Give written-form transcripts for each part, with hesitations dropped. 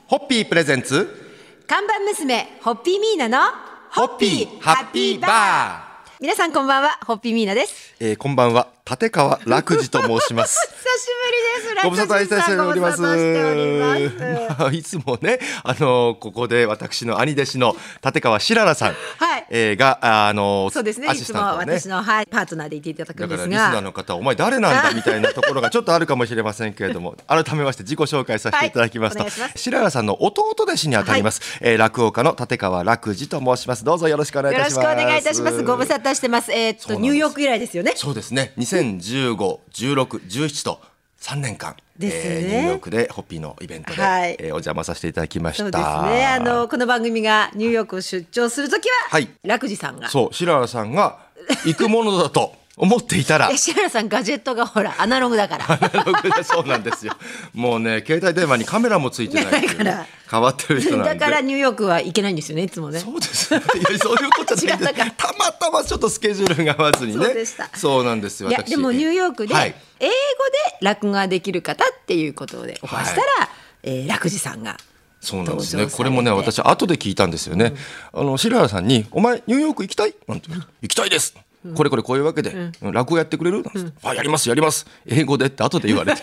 ホッピープレゼンツ看板娘ホッピーミーナのホッピーハッピーバー。 皆さんこんばんは、ホッピーミーナです。 こんばんは、立川楽寺と申します久しぶりです。 ご無沙汰しております。 ご無沙汰しております。 いつもね、ここで私の兄弟子の立川しららさん、 はいがそうですね、 アシスタントをね、 いつも私の、パートナーでいていただくんですが、 だからリスナーの方、お前誰なんだみたいなところがちょっとあるかもしれませんけれども、改めまして自己紹介させていただきますと、 お願いします。 しららさんの弟弟子にあたります、落語家の立川楽寺と申します。どうぞよろしくお願いいたします。 よろしくお願いいたします。ご無沙汰してます。ニューヨーク以来ですよね。 そうですね、2015、16、17と3年間ですね、 ニューヨークでホッピーのイベントで、お邪魔させていただきました。 そうですね、この番組がニューヨークを出張するときは、楽寺さんが、 そう、しららさんが行くものだと思っていたらしららさんガジェットがほらアナログだからアナログで、そうなんですよ。もうね、携帯電話にカメラもついてないっていうだから変わってる人なんで、 だからニューヨークは行けないんですよね、いつもね。 そうですね、いや、そういうことじゃないんです。たまたまちょっとスケジュールが合わずにね。 そうでした。 そうなんですよ。 いやでもニューヨークで、英語で落語ができる方っていうことでオファーしたら、楽寺さんがそうなんですね。これもね、私後で聞いたんですよね。しららさんに、お前ニューヨーク行きたい？なんて、行きたいです。これこういうわけで、落語やってくれる？やりますやります。英語でって後で言われて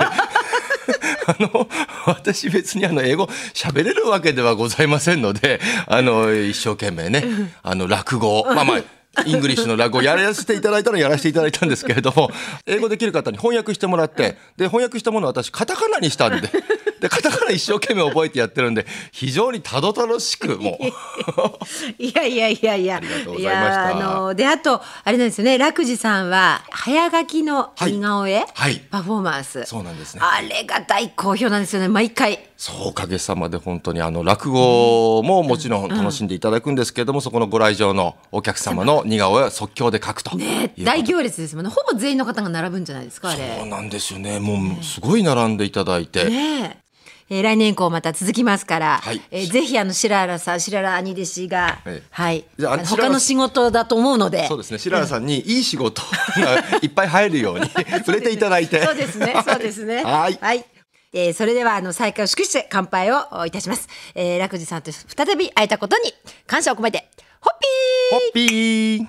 私別に英語喋れるわけではございませんので、一生懸命ね、落語をイングリッシュの落語をやらせていただいたのをやらせていただいたんですけれども、英語できる方に翻訳してもらって、で翻訳したものを私カタカナにしたんで、カタカナ一生懸命覚えてやってるんで、非常にたどたどしく、もういやありがとうございました。で、あとあれなんですよね、楽寺さんは早書きの似顔絵、パフォーマンス、 そうなんですね、 あれが大好評なんですよね、毎回。 そう、おかげさまで本当に落語ももちろん楽しんでいただくんですけれども、そこのご来場のお客様の似顔絵を即興で描くと、 大行列ですもんね。ほぼ全員の方が並ぶんじゃないですか、あれ。 そうなんですよね。もうすごい並んでいただいて、 来年以降また続きますから、ぜひしららさん、しらら兄弟子が、他の仕事だと思うので、 そうですね、しららさんにいい仕事がいっぱい入るように触れていただいて、 そうですね、そうですね。それでは再会を祝して乾杯をいたします。楽寺さんと再び会えたことに感謝を込めて、ホッピー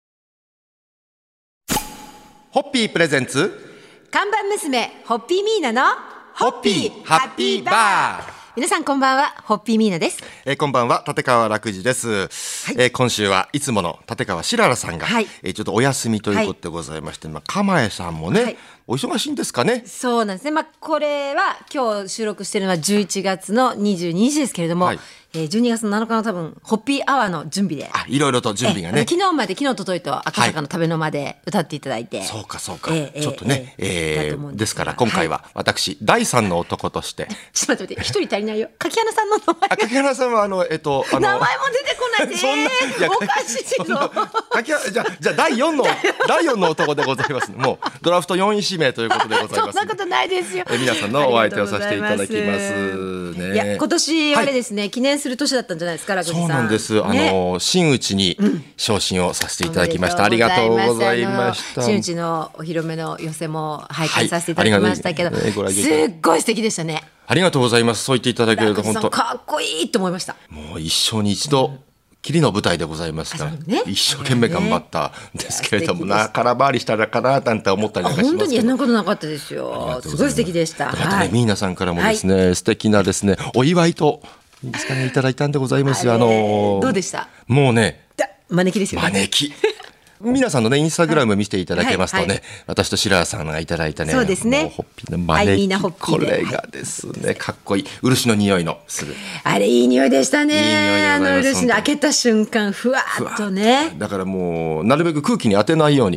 ホッピープレゼンツ看板娘ホッピーミーナのホッピーハッピーバー。 皆さんこんばんは、ホッピーミーナです。 こんばんは、立川楽寺です。今週はいつもの立川しららさんが、ちょっとお休みということでございまして、釜江さんもね、お忙しいんですかね。 そうなんですね。これは今日収録しているのは11月の22日ですけれども、12月の7日の多分ホッピーアワーの準備で、 いろいろと準備がね、 昨日とといと赤坂の食べの間で歌っていただいて、 そうか、ちょっとね、ですから今回は私、第3の男としてちょっと待って、一人足りないよ。柿花さんの名前柿花さんは名前も出てこないで、おかしいの。 じゃあ第4の男でございます。もうドラフト4位指名ということでございます。 そんなことないですよ。 皆さんのお相手をさせていただきますね。 いや、今年あれですね、記念する年だったんじゃないですか、楽寺さん。 そうなんです。真打ちに昇進をさせていただきました。ありがとうございました。 真打ちのお披露目の寄せも拝見させていただきましたけど、すっごい素敵でしたね。 ありがとうございます。そう言っていただけると本当かっこいいと思いました。 もう一生に一度きりの舞台でございますから、一生懸命頑張ったんですけれども、空回りしたらかななんて思ったりなんかしますけど、 本当にそんなことなかったですよ。すごい素敵でした。 あとね、ミーナさんからもですね、素敵なですね、お祝いといいですかね、いただいたんでございます。 どうでした？ もうね、 招きですよね。 招き。皆さんのね、インスタグラム見ていただけますとね、私と白良さんがいただいたね、 そうですね、 ホッピーの招き、これがですね、かっこいい漆の匂いのする、 あれいい匂いでしたね。漆の開けた瞬間ふわっとね、 だからもうなるべく空気に当てないように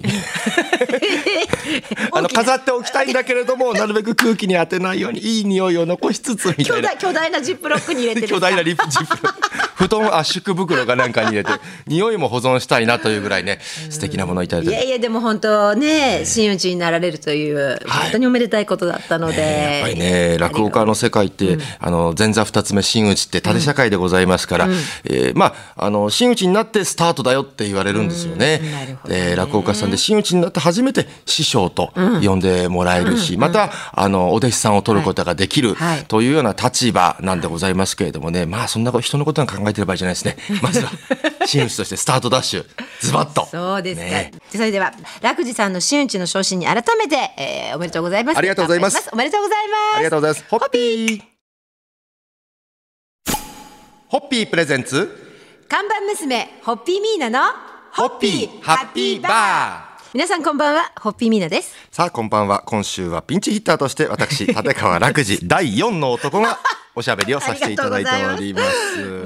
飾っておきたいんだけれども、なるべく空気に当てないようにいい匂いを残しつつみたいな、 巨大なジップロックに入れてる巨大なジップロック布団圧縮袋かなんかに入れて匂いも保存したいなというぐらいね、素敵なものをいただいて。 いやいや、でも本当ね、真打ちになられるという本当におめでたいことだったので、 やっぱりね、落語家の世界って、前座二つ目真打ちって縦社会でございますから、真打ちになってスタートだよって言われるんですよね。で、落語家さんで真打ちになって初めて師匠と呼んでもらえるし、またお弟子さんを取ることができるというような立場なんでございますけれどもね、そんな人のことは考えてる場合じゃないですね。まずは真打ちとしてスタートダッシュズバッと。 そうですか、ね、それでは楽寺さんの真打ちの昇進に改めて、おめでとうございます。 ありがとうございます。 おめでとうございます。 ありがとうございます。ホッピーホッピープレゼンツ看板娘ホッピーミーナのホッピーハッピーバー。 皆さんこんばんは、ホッピーミーナです。 さあこんばんは。今週はピンチヒッターとして私立川楽寺第4の男がおしゃべりをさせていただいております。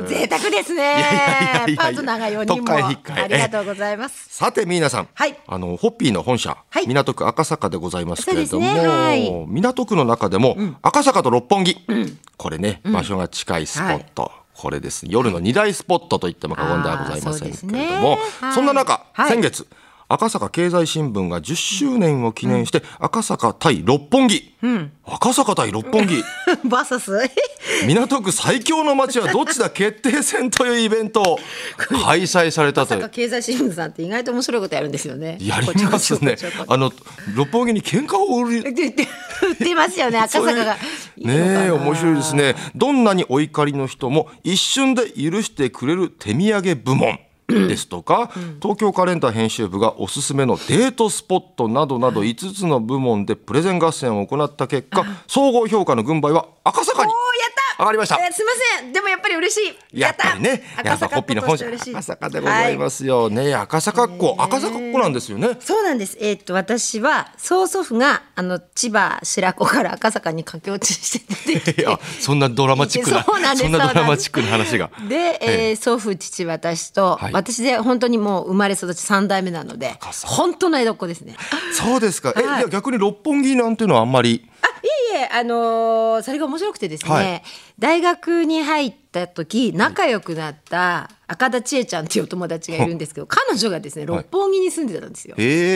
贅沢ですね。パートナーが4人もありがとうございます。 さてミーナさん、ホッピーの本社、港区赤坂でございますけれども、港区の中でも、赤坂と六本木、これね、場所が近いスポット、これですね、夜の2大スポットといっても過言ではございませんけれども、そんな中、先月赤坂経済新聞が10周年を記念して、赤坂対六本木、赤坂対六本木バーサス港区最強の街はどっちだ決定戦というイベントを開催されたという。 赤坂経済新聞さんって意外と面白いことやるんですよね。 やりますね。六本木に喧嘩を売ってますよね、赤坂が。 ねえ、面白いですね。どんなにお怒りの人も一瞬で許してくれる手土産部門ですとか、東京カレンダー編集部がおすすめのデートスポットなどなど5つの部門でプレゼン合戦を行った結果、総合評価の軍配は赤坂に上がりました。 すみません、でもやっぱり嬉しい。 やっぱりね、やっぱホッピーの本社赤坂でございますよね。赤坂っ子なんですよね。 そうなんです。私は曽祖父が千葉白子から赤坂に駆け落ちしてて、 そんなドラマチックな話がで、祖父父私と、私で本当にもう生まれ育ち3代目なので、本当の江戸っ子ですね。 そうですか。逆に六本木なんていうのはあんまり。 いえ、それが面白くてですね、大学に入った時仲良くなった赤田千恵ちゃんっていうお友達がいるんですけど、彼女がですね六本木に住んでたんですよ。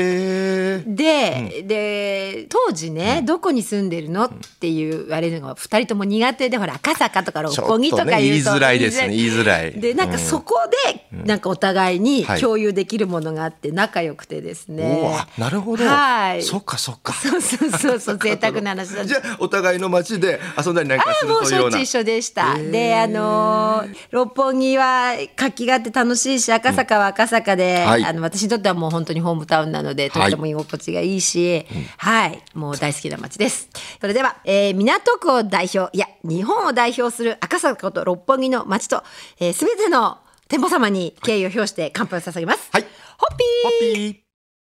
で当時ね、どこに住んでるのって言われるのが2人とも苦手で、ほら赤坂とか六本木とか言うと言いづらいですね。言いづらいで、なんかそこでなんかお互いに共有できるものがあって仲良くてですね。 なるほど。そっかそっか。 そう贅沢な話だ。 じゃあお互いの街で遊んだりなんかするというような。 もうしょっちゅう一緒でした。で六本木は活気があって楽しいし、赤坂は赤坂で、私にとってはもう本当にホームタウンなので、とっても居心地がいいし、もう大好きな街です。それでは、港区を代表、いや日本を代表する赤坂と六本木の街と、全ての店舗様に敬意を表して乾杯を捧げます。ホッピ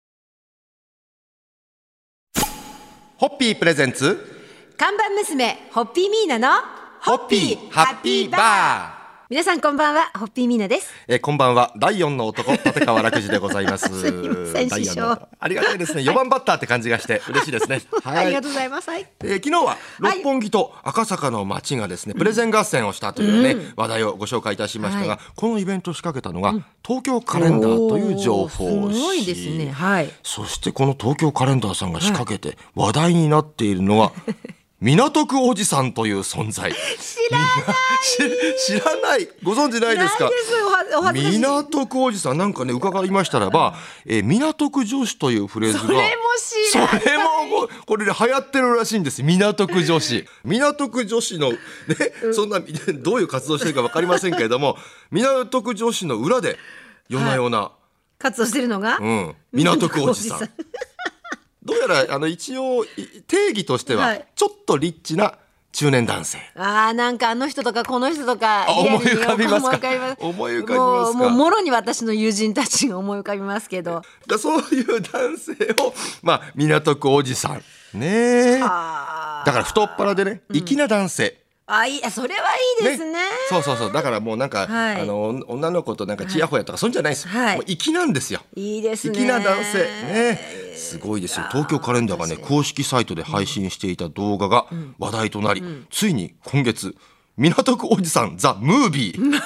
ーホッピープレゼンツ看板娘ホッピーミーナのホッピーハッピーバー。 皆さんこんばんは、ホッピーミーナです。 こんばんは、第4の男立川楽寺でございます。 すみません師匠、 ありがたいですね。4番バッターって感じがして嬉しいですね。 ありがとうございます。 昨日は六本木と赤坂の街がですね、プレゼン合戦をしたというね、話題をご紹介いたしましたが、このイベントを仕掛けたのが東京カレンダーという情報誌。 すごいですね。 そしてこの東京カレンダーさんが仕掛けて話題になっているのは、港区おじさんという存在。知らない。ご存知ないですか。港区おじさん、なんかね伺いましたらば、港区女子というフレーズが、 それも知らない。 それもこれで流行ってるらしいんです。港区女子。港区女子のね、そんなどういう活動してるか分かりませんけれども、港区女子の裏で夜な夜な、 活動してるのが、 港区おじさん。どうやら一応定義としてはちょっとリッチな中年男性。 なんかあの人とかこの人とか思い浮かびますか。思い浮かびますか。 もうもろに私の友人たちが思い浮かびますけど、 そういう男性を港区おじさんね。だから太っ腹でね、粋な男性。 それはいいですね。 そうだからもうなんか、女の子となんかチヤホヤとかそんじゃないですよ。もう粋なんですよ。 いいですね。 粋な男性ね。すごいですよ。東京カレンダーがね、公式サイトで配信していた動画が話題となり、ついに今月港区おじさんザ・ムービー。 マジ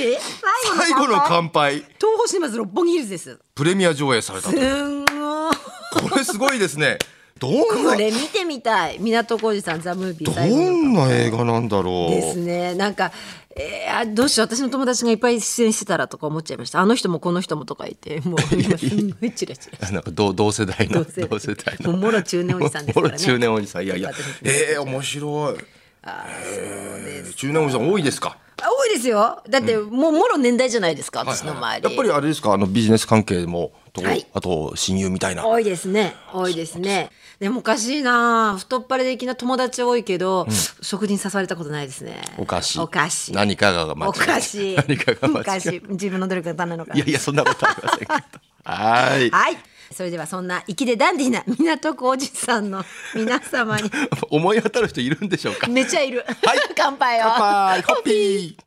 最後の乾杯。 東宝シネマズ六本木ヒルズです。 プレミア上映されたと。 すんごい。 これすごいですね。 これ見てみたい。港浩二さんザ・ムービー。 どんな映画なんだろう。 ですね。なんか、どうしよう、私の友達がいっぱい出演してたらとか思っちゃいました。あの人もこの人もとか言って、もう今すんごいチラチラ。 なんか同世代のもうもろ中年おじさんですからね。 もろ中年おじさん。いやいや、面白い。中年おじさん多いですか。 多いですよ。だってもうもろ年代じゃないですか、私の周り。 やっぱりあれですか、ビジネス関係もはい、 あと親友みたいな。 多いですね。多いですね。でもおかしいな。太っ腹で的な友達多いけど、食事に誘われたことないですね。 おかしい。 おかしい。 何かが間違い。 おかしい。 何かが間違い。 おかしい。自分の努力が足んないのかな。 いやいや、そんなことありませんけど。はい。 はい。それではそんな粋でダンディーな港区おじさんの皆様に思い当たる人いるんでしょうか。 めっちゃいる。 はい。 乾杯を。 乾杯。ホッピー。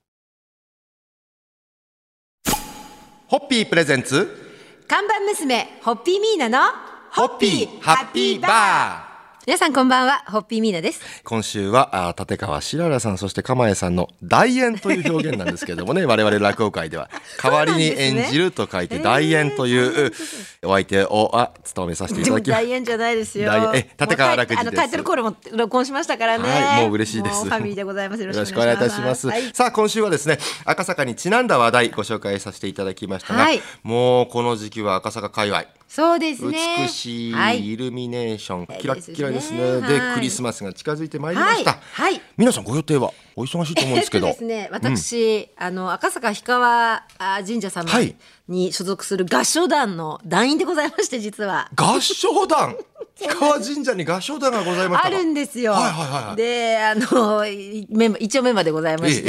ホッピープレゼンツ。 看板娘ホッピーミーナのホッピーハッピーバー。 皆さんこんばんは、ホッピーミーナです。 今週は立川しららさん、そして釜江さんの代演という表現なんですけれどもね我々落語界では代わりに演じると書いて代演というお相手を務めさせていただきます。 代演じゃないですよ。 立川楽寺です。 タイトルコールも録音しましたからね。 はい、もう嬉しいです。 ファミリーでございます。よろしくお願いいたします。はい、さあ今週はですね、赤坂にちなんだ話題ご紹介させていただきましたが、はい、もうこの時期は赤坂界隈、 そうですね、 美しいイルミネーション、キラッキラですね。で、クリスマスが近づいてまいりました。はい、皆さんご予定はお忙しいと思うんですけど。 ですね、私、赤坂氷川神社様に所属する合唱団の団員でございまして、実は。 合唱団。氷川神社に合唱団がございました。 あるんですよ。で、一応メンバーでございまして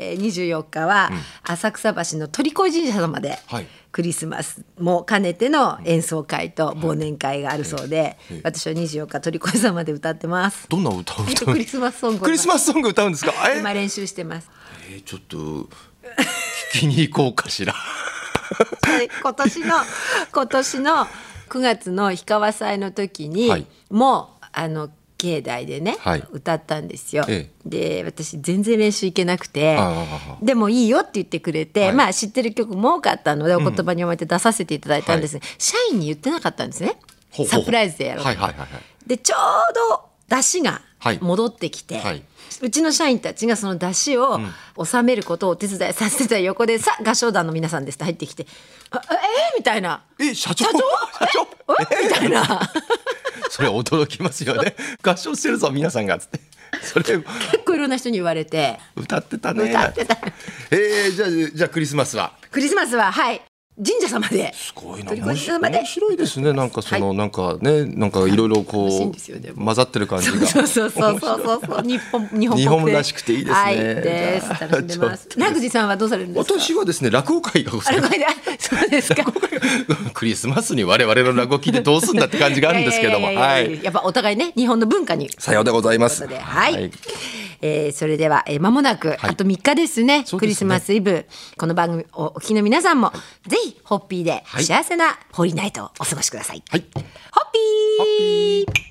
、24日は浅草橋の鳥越神社様で。クリスマスも兼ねての演奏会と忘年会があるそうで、私は24日鳥越様で歌ってます。 どんな歌を歌う？ クリスマスソング。 クリスマスソング歌うんですか？ 今練習してます。 ちょっと聞きに行こうかしら。 今年の9月の氷川祭の時に、もう境内でね、歌ったんですよ。で、私全然練習行けなくて、でもいいよって言ってくれて、まあ知ってる曲も多かったのでお言葉に甘えて出させていただいたんですが、社員に言ってなかったんですね。サプライズでやろうと。で、ちょうど出汁が戻ってきて、うちの社員たちがその出汁を収めることをお手伝いさせてた横で、さあ合唱団の皆さんですって入ってきて、みたいな。 社長みたいな。 それ驚きますよね。合唱してるぞ皆さんがつって。それ結構いろんな人に言われて。 歌ってたね。じゃあクリスマスははい神社様で。 すごいな。面白いですね。なんかなんかね、なんかいろいろこう混ざってる感じが。 そう日本らしくていいですね。 です。楽しんでます。名口さんはどうされるんですか？ 私はですね、落語会がございます。 そうですか。 クリスマスに我々の落語聞いてどうすんだって感じがあるんですけども、 やっぱお互いね、日本の文化にさようでございます。 はい。それでは間もなくあと3日ですね。クリスマスイブ、この番組をお聞きの皆さんもぜひホッピーで幸せなホーリーナイトをお過ごしください。ホッピー。